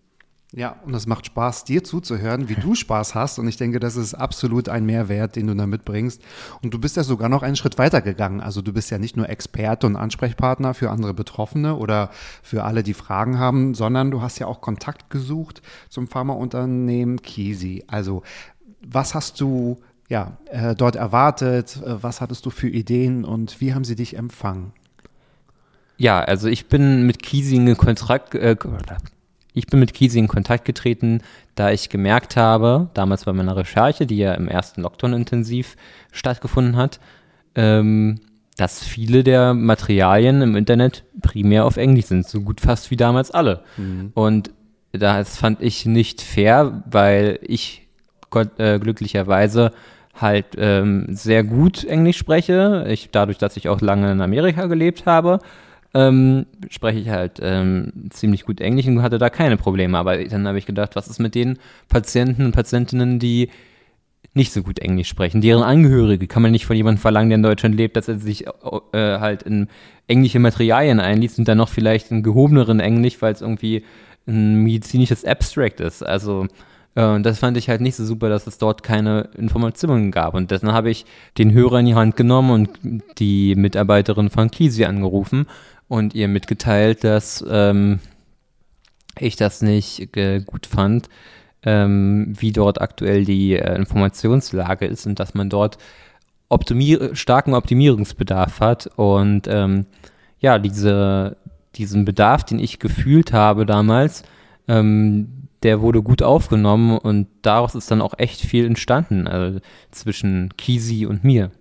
Ja, und es macht Spaß, dir zuzuhören, wie du Spaß hast. Und ich denke, das ist absolut ein Mehrwert, den du da mitbringst. Und du bist ja sogar noch einen Schritt weiter gegangen. Also du bist ja nicht nur Experte und Ansprechpartner für andere Betroffene oder für alle, die Fragen haben, sondern du hast ja auch Kontakt gesucht zum Pharmaunternehmen Kisi. Also was hast du ja, äh, dort erwartet? Was hattest du für Ideen und wie haben sie dich empfangen? Ja, also ich bin mit Kisi in Kontakt, äh, ich bin mit Kisi in Kontakt getreten, da ich gemerkt habe, damals bei meiner Recherche, die ja im ersten Lockdown intensiv stattgefunden hat, ähm, dass viele der Materialien im Internet primär auf Englisch sind, so gut fast wie damals alle. Mhm. Und das fand ich nicht fair, weil ich Gott, äh, glücklicherweise halt ähm, sehr gut Englisch spreche. Ich, dadurch, dass ich auch lange in Amerika gelebt habe, ähm, spreche ich halt ähm, ziemlich gut Englisch und hatte da keine Probleme. Aber dann habe ich gedacht, was ist mit den Patienten und Patientinnen, die nicht so gut Englisch sprechen? Deren Angehörige kann man nicht von jemandem verlangen, der in Deutschland lebt, dass er sich äh, halt in englische Materialien einliest und dann noch vielleicht in gehobeneren Englisch, weil es irgendwie ein medizinisches Abstract ist. Also Und das fand ich halt nicht so super, dass es dort keine Informationen gab. Und dann habe ich den Hörer in die Hand genommen und die Mitarbeiterin von Kisi angerufen und ihr mitgeteilt, dass ähm, ich das nicht äh, gut fand, ähm, wie dort aktuell die äh, Informationslage ist und dass man dort optimier- starken Optimierungsbedarf hat. Und ähm, ja, diese, diesen Bedarf, den ich gefühlt habe damals, ähm, der wurde gut aufgenommen und daraus ist dann auch echt viel entstanden, also zwischen Kisi und mir.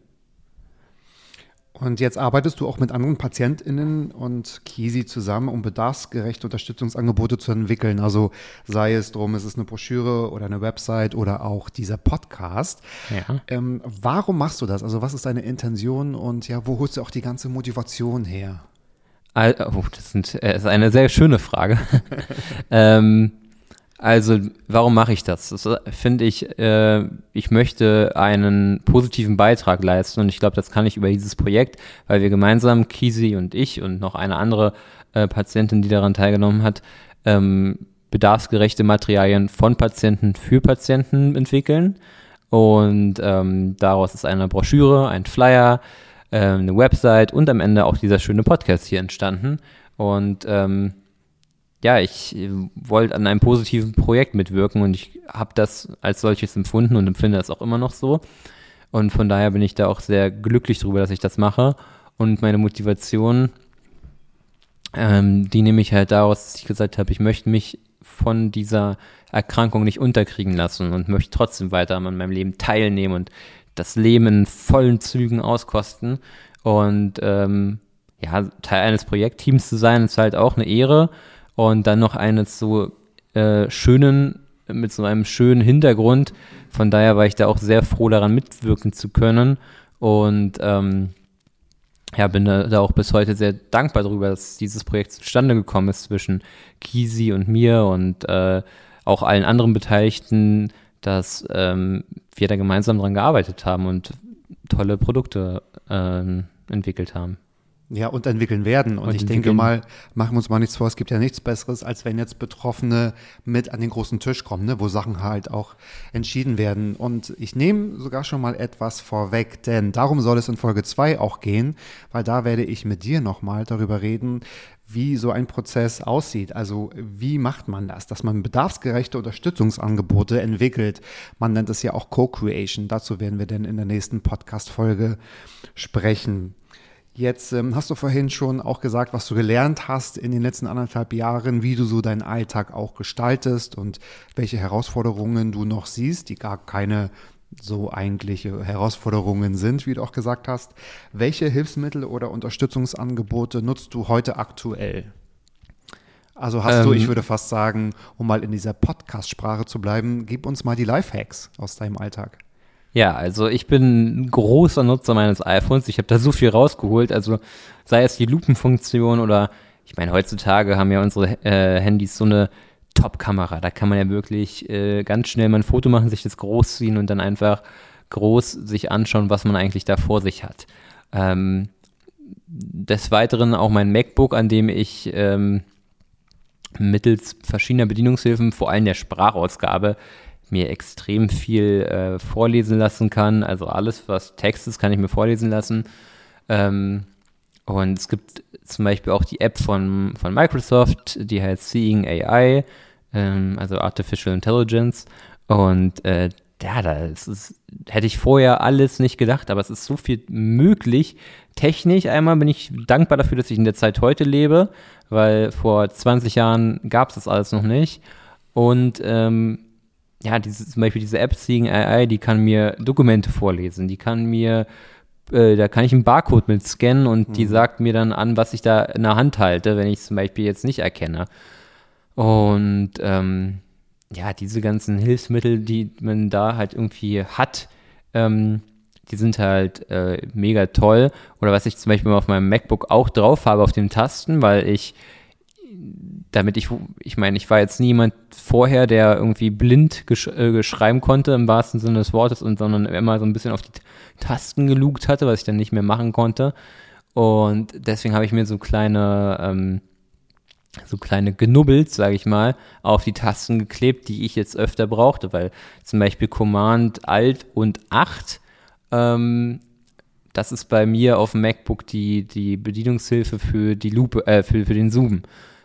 Und jetzt arbeitest du auch mit anderen PatientInnen und Kisi zusammen, um bedarfsgerechte Unterstützungsangebote zu entwickeln. Also sei es drum, es ist eine Broschüre oder eine Website oder auch dieser Podcast. Ja. Ähm, warum machst du das? Also was ist deine Intention und ja, wo holst du auch die ganze Motivation her? Oh, das sind, äh, ist eine sehr schöne Frage. ähm, Also, warum mache ich das? Das finde ich, äh, ich möchte einen positiven Beitrag leisten und ich glaube, das kann ich über dieses Projekt, weil wir gemeinsam, Kisi und ich und noch eine andere äh, Patientin, die daran teilgenommen hat, ähm, bedarfsgerechte Materialien von Patienten für Patienten entwickeln. Und ähm, daraus ist eine Broschüre, ein Flyer, äh, eine Website und am Ende auch dieser schöne Podcast hier entstanden. Und ähm, ja, ich wollte an einem positiven Projekt mitwirken und ich habe das als solches empfunden und empfinde das auch immer noch so. Und von daher bin ich da auch sehr glücklich darüber, dass ich das mache. Und meine Motivation, ähm, die nehme ich halt daraus, dass ich gesagt habe, ich möchte mich von dieser Erkrankung nicht unterkriegen lassen und möchte trotzdem weiter an meinem Leben teilnehmen und das Leben in vollen Zügen auskosten. Und ähm, ja, Teil eines Projektteams zu sein, ist halt auch eine Ehre. Und dann noch eines so äh, schönen, mit so einem schönen Hintergrund. Von daher war ich da auch sehr froh, daran mitwirken zu können. Und ähm, ja, bin da, da auch bis heute sehr dankbar darüber, dass dieses Projekt zustande gekommen ist zwischen Kisi und mir und äh, auch allen anderen Beteiligten, dass ähm, wir da gemeinsam dran gearbeitet haben und tolle Produkte ähm, entwickelt haben. Ja, und entwickeln werden. Und, und ich denke mal, machen wir uns mal nichts vor, es gibt ja nichts Besseres, als wenn jetzt Betroffene mit an den großen Tisch kommen, ne, wo Sachen halt auch entschieden werden. Und ich nehme sogar schon mal etwas vorweg, denn darum soll es in Folge zwei auch gehen, weil da werde ich mit dir nochmal darüber reden, wie so ein Prozess aussieht. Also wie macht man das, dass man bedarfsgerechte Unterstützungsangebote entwickelt. Man nennt es ja auch Co-Creation. Dazu werden wir dann in der nächsten Podcast-Folge sprechen. Jetzt ähm, hast du vorhin schon auch gesagt, was du gelernt hast in den letzten anderthalb Jahren, wie du so deinen Alltag auch gestaltest und welche Herausforderungen du noch siehst, die gar keine so eigentliche Herausforderungen sind, wie du auch gesagt hast. Welche Hilfsmittel oder Unterstützungsangebote nutzt du heute aktuell? Also hast ähm, du, ich würde fast sagen, um mal in dieser Podcast-Sprache zu bleiben, gib uns mal die Lifehacks aus deinem Alltag. Ja, also ich bin ein großer Nutzer meines iPhones. Ich habe da so viel rausgeholt. Also sei es die Lupenfunktion oder, ich meine, heutzutage haben ja unsere äh, Handys so eine Top-Kamera. Da kann man ja wirklich äh, ganz schnell mal ein Foto machen, sich das groß ziehen und dann einfach groß sich anschauen, was man eigentlich da vor sich hat. Ähm, des Weiteren auch mein MacBook, an dem ich ähm, mittels verschiedener Bedienungshilfen, vor allem der Sprachausgabe, mir extrem viel äh, vorlesen lassen kann. Also alles, was Text ist, kann ich mir vorlesen lassen. Ähm, und es gibt zum Beispiel auch die App von, von Microsoft, die heißt Seeing A I, ähm, also Artificial Intelligence. Und äh, ja, das ist, hätte ich vorher alles nicht gedacht, aber es ist so viel möglich. Technisch einmal bin ich dankbar dafür, dass ich in der Zeit heute lebe, weil vor zwanzig Jahren gab es das alles noch nicht. Und ähm, ja, diese, zum Beispiel diese App Seeing A I, die kann mir Dokumente vorlesen, die kann mir, äh, da kann ich einen Barcode mit scannen und mhm. die sagt mir dann an, was ich da in der Hand halte, wenn ich es zum Beispiel jetzt nicht erkenne. Und ähm, ja, diese ganzen Hilfsmittel, die man da halt irgendwie hat, ähm, die sind halt äh, mega toll. Oder was ich zum Beispiel auf meinem MacBook auch drauf habe auf den Tasten, weil ich, damit ich, ich meine, ich war jetzt niemand vorher, der irgendwie blind gesch- äh, schreiben konnte im wahrsten Sinne des Wortes und sondern immer so ein bisschen auf die T- Tasten gelugt hatte, was ich dann nicht mehr machen konnte. Und deswegen habe ich mir so kleine ähm, so kleine Genubbels, sage ich mal, auf die Tasten geklebt, die ich jetzt öfter brauchte, weil zum Beispiel Command, Alt und acht, ähm, das ist bei mir auf dem MacBook die, die Bedienungshilfe für die Lupe, äh, für, für den Zoom.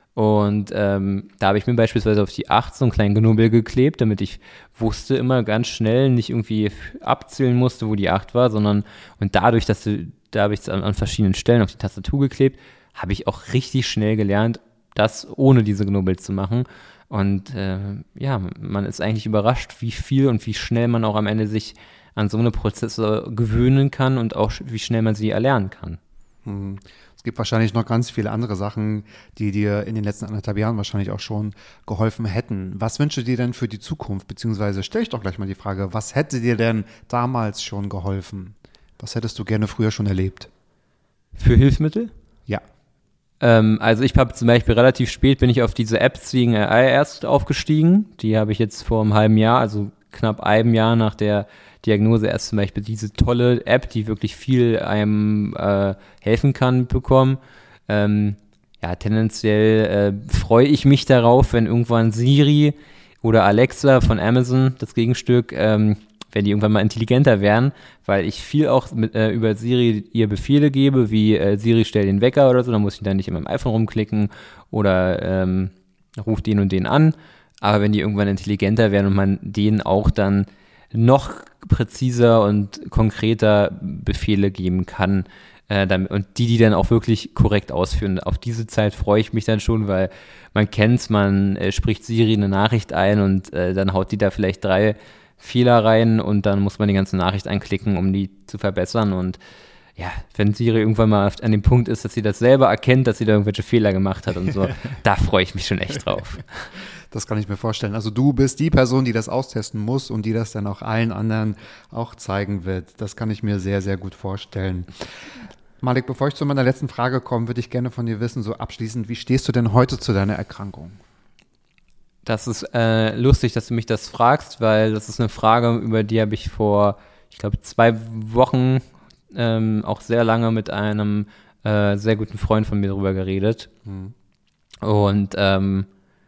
Und ähm, da habe ich mir beispielsweise auf die acht so einen kleinen Genubbel geklebt, damit ich wusste immer ganz schnell, nicht irgendwie abzählen musste, wo die acht war, sondern und dadurch, dass du, da habe ich es an, an verschiedenen Stellen auf die Tastatur geklebt, habe ich auch richtig schnell gelernt, das ohne diese Genubbel zu machen. Und äh, ja, man ist eigentlich überrascht, wie viel und wie schnell man auch am Ende sich an so eine Prozesse gewöhnen kann und auch wie schnell man sie erlernen kann. Hm. Es gibt wahrscheinlich noch ganz viele andere Sachen, die dir in den letzten anderthalb Jahren wahrscheinlich auch schon geholfen hätten. Was wünschst du dir denn für die Zukunft? Beziehungsweise stell ich doch gleich mal die Frage, was hätte dir denn damals schon geholfen? Was hättest du gerne früher schon erlebt? Für Hilfsmittel? Ja. Ähm, also ich habe zum Beispiel relativ spät bin ich auf diese App Seeing A I erst aufgestiegen. Die habe ich jetzt vor einem halben Jahr, also knapp einem Jahr nach der Diagnose erst zum Beispiel diese tolle App, die wirklich viel einem äh, helfen kann, bekommen. Ähm, ja, tendenziell äh, freue ich mich darauf, wenn irgendwann Siri oder Alexa von Amazon, das Gegenstück, ähm, wenn die irgendwann mal intelligenter werden, weil ich viel auch mit, äh, über Siri ihr Befehle gebe, wie äh, Siri stell den Wecker oder so, dann muss ich dann nicht in meinem iPhone rumklicken oder ähm, ruft den und den an. Aber wenn die irgendwann intelligenter werden und man denen auch dann noch präziser und konkreter Befehle geben kann, äh, damit, und die, die dann auch wirklich korrekt ausführen. Auf diese Zeit freue ich mich dann schon, weil man kennt's, man äh, spricht Siri eine Nachricht ein und äh, dann haut die da vielleicht drei Fehler rein und dann muss man die ganze Nachricht einklicken, um die zu verbessern. Und ja, wenn Siri irgendwann mal an dem Punkt ist, dass sie das selber erkennt, dass sie da irgendwelche Fehler gemacht hat und so, da freue ich mich schon echt drauf. Das kann ich mir vorstellen. Also du bist die Person, die das austesten muss und die das dann auch allen anderen auch zeigen wird. Das kann ich mir sehr, sehr gut vorstellen. Malik, bevor ich zu meiner letzten Frage komme, würde ich gerne von dir wissen, so abschließend, wie stehst du denn heute zu deiner Erkrankung? Das ist äh, lustig, dass du mich das fragst, weil das ist eine Frage, über die habe ich vor, ich glaube, zwei Wochen ähm, auch sehr lange mit einem äh, sehr guten Freund von mir drüber geredet. Mhm. Und ähm,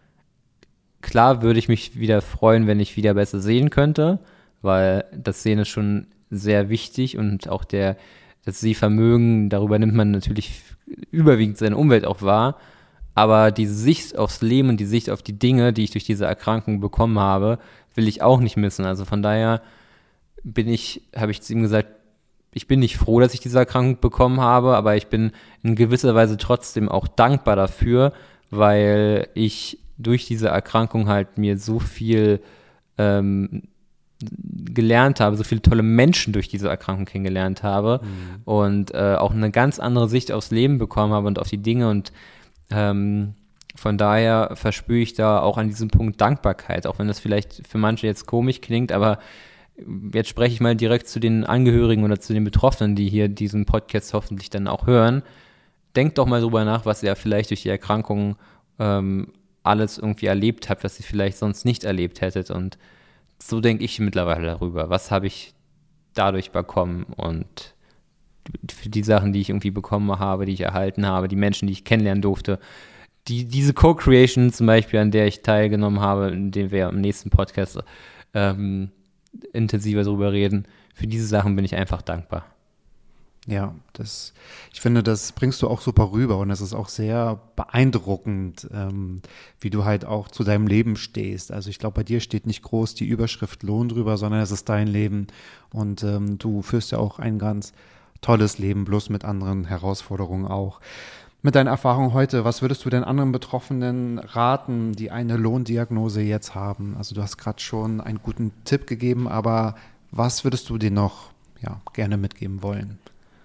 klar würde ich mich wieder freuen, wenn ich wieder besser sehen könnte, weil das Sehen ist schon sehr wichtig und auch der, das Sehvermögen, darüber nimmt man natürlich überwiegend seine Umwelt auch wahr. Aber diese Sicht aufs Leben und die Sicht auf die Dinge, die ich durch diese Erkrankung bekommen habe, will ich auch nicht missen. Also von daher bin ich, habe ich zu ihm gesagt, ich bin nicht froh, dass ich diese Erkrankung bekommen habe, aber ich bin in gewisser Weise trotzdem auch dankbar dafür, weil ich durch diese Erkrankung halt mir so viel ähm, gelernt habe, so viele tolle Menschen durch diese Erkrankung kennengelernt habe mhm. und äh, auch eine ganz andere Sicht aufs Leben bekommen habe und auf die Dinge und Ähm, von daher verspüre ich da auch an diesem Punkt Dankbarkeit, auch wenn das vielleicht für manche jetzt komisch klingt, aber jetzt spreche ich mal direkt zu den Angehörigen oder zu den Betroffenen, die hier diesen Podcast hoffentlich dann auch hören. Denkt doch mal drüber nach, was ihr vielleicht durch die Erkrankung ähm, alles irgendwie erlebt habt, was ihr vielleicht sonst nicht erlebt hättet, und so denke ich mittlerweile darüber. Was habe ich dadurch bekommen und für die Sachen, die ich irgendwie bekommen habe, die ich erhalten habe, die Menschen, die ich kennenlernen durfte, die, diese Co-Creation zum Beispiel, an der ich teilgenommen habe, in dem wir im nächsten Podcast ähm, intensiver drüber reden, für diese Sachen bin ich einfach dankbar. Ja, das, ich finde, das bringst du auch super rüber und es ist auch sehr beeindruckend, ähm, wie du halt auch zu deinem Leben stehst. Also ich glaube, bei dir steht nicht groß die Überschrift Lohn drüber, sondern es ist dein Leben und ähm, du führst ja auch ein ganz tolles Leben, bloß mit anderen Herausforderungen auch. Mit deiner Erfahrung heute, was würdest du den anderen Betroffenen raten, die eine Lohndiagnose jetzt haben? Also du hast gerade schon einen guten Tipp gegeben, aber was würdest du denen noch ja, gerne mitgeben wollen?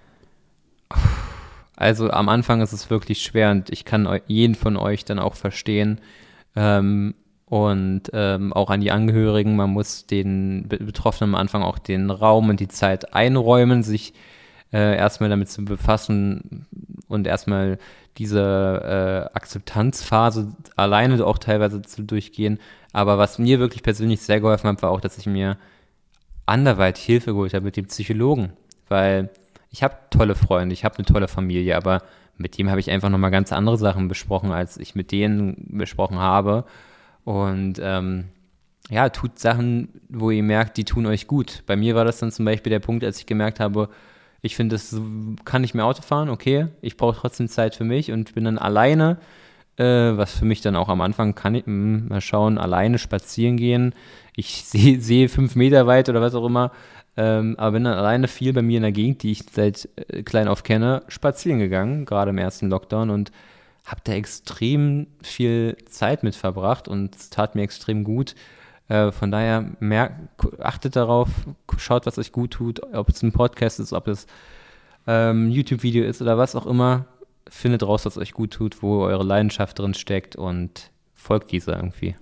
Also am Anfang ist es wirklich schwer und ich kann jeden von euch dann auch verstehen ähm, und ähm, auch an die Angehörigen, man muss den Betroffenen am Anfang auch den Raum und die Zeit einräumen, sich äh, erstmal damit zu befassen und erstmal diese äh, Akzeptanzphase alleine auch teilweise zu durchgehen. Aber was mir wirklich persönlich sehr geholfen hat, war auch, dass ich mir anderweitig Hilfe geholt habe mit dem Psychologen, weil ich habe tolle Freunde, ich habe eine tolle Familie, aber mit dem habe ich einfach nochmal ganz andere Sachen besprochen, als ich mit denen besprochen habe. Und ähm, ja, tut Sachen, wo ihr merkt, die tun euch gut. Bei mir war das dann zum Beispiel der Punkt, als ich gemerkt habe, ich finde, das kann nicht mehr Auto fahren, okay, ich brauche trotzdem Zeit für mich und bin dann alleine, äh, was für mich dann auch am Anfang kann ich, mh, mal schauen, alleine spazieren gehen. Ich sehe seh fünf Meter weit oder was auch immer, Ähm, aber bin dann alleine viel bei mir in der Gegend, die ich seit äh, klein auf kenne, spazieren gegangen, gerade im ersten Lockdown und habe da extrem viel Zeit mit verbracht und es tat mir extrem gut. Äh, von daher merkt, achtet darauf, schaut, was euch gut tut, ob es ein Podcast ist, ob es ähm, ein YouTube-Video ist oder was auch immer. Findet raus, was euch gut tut, wo eure Leidenschaft drin steckt und folgt dieser irgendwie.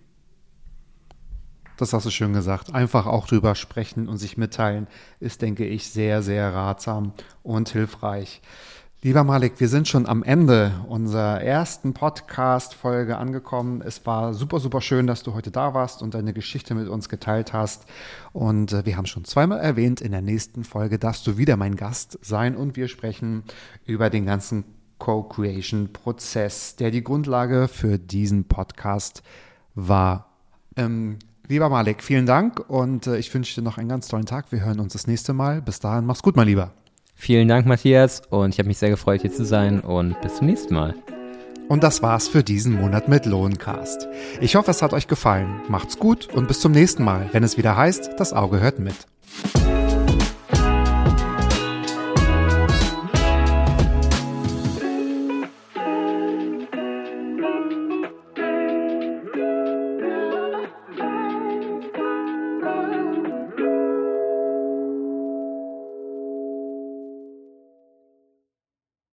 Das hast du schön gesagt. Einfach auch drüber sprechen und sich mitteilen ist, denke ich, sehr, sehr ratsam und hilfreich. Lieber Malik, wir sind schon am Ende unserer ersten Podcast-Folge angekommen. Es war super, super schön, dass du heute da warst und deine Geschichte mit uns geteilt hast. Und äh, wir haben schon zweimal erwähnt, in der nächsten Folge darfst du wieder mein Gast sein und wir sprechen über den ganzen Co-Creation-Prozess, der die Grundlage für diesen Podcast war. Ähm, Lieber Malik, vielen Dank und äh, ich wünsche dir noch einen ganz tollen Tag. Wir hören uns das nächste Mal. Bis dahin, mach's gut, mein Lieber. Vielen Dank, Matthias, und ich habe mich sehr gefreut, hier zu sein und bis zum nächsten Mal. Und das war's für diesen Monat mit Lohncast. Ich hoffe, es hat euch gefallen. Macht's gut und bis zum nächsten Mal, wenn es wieder heißt, das Auge hört mit.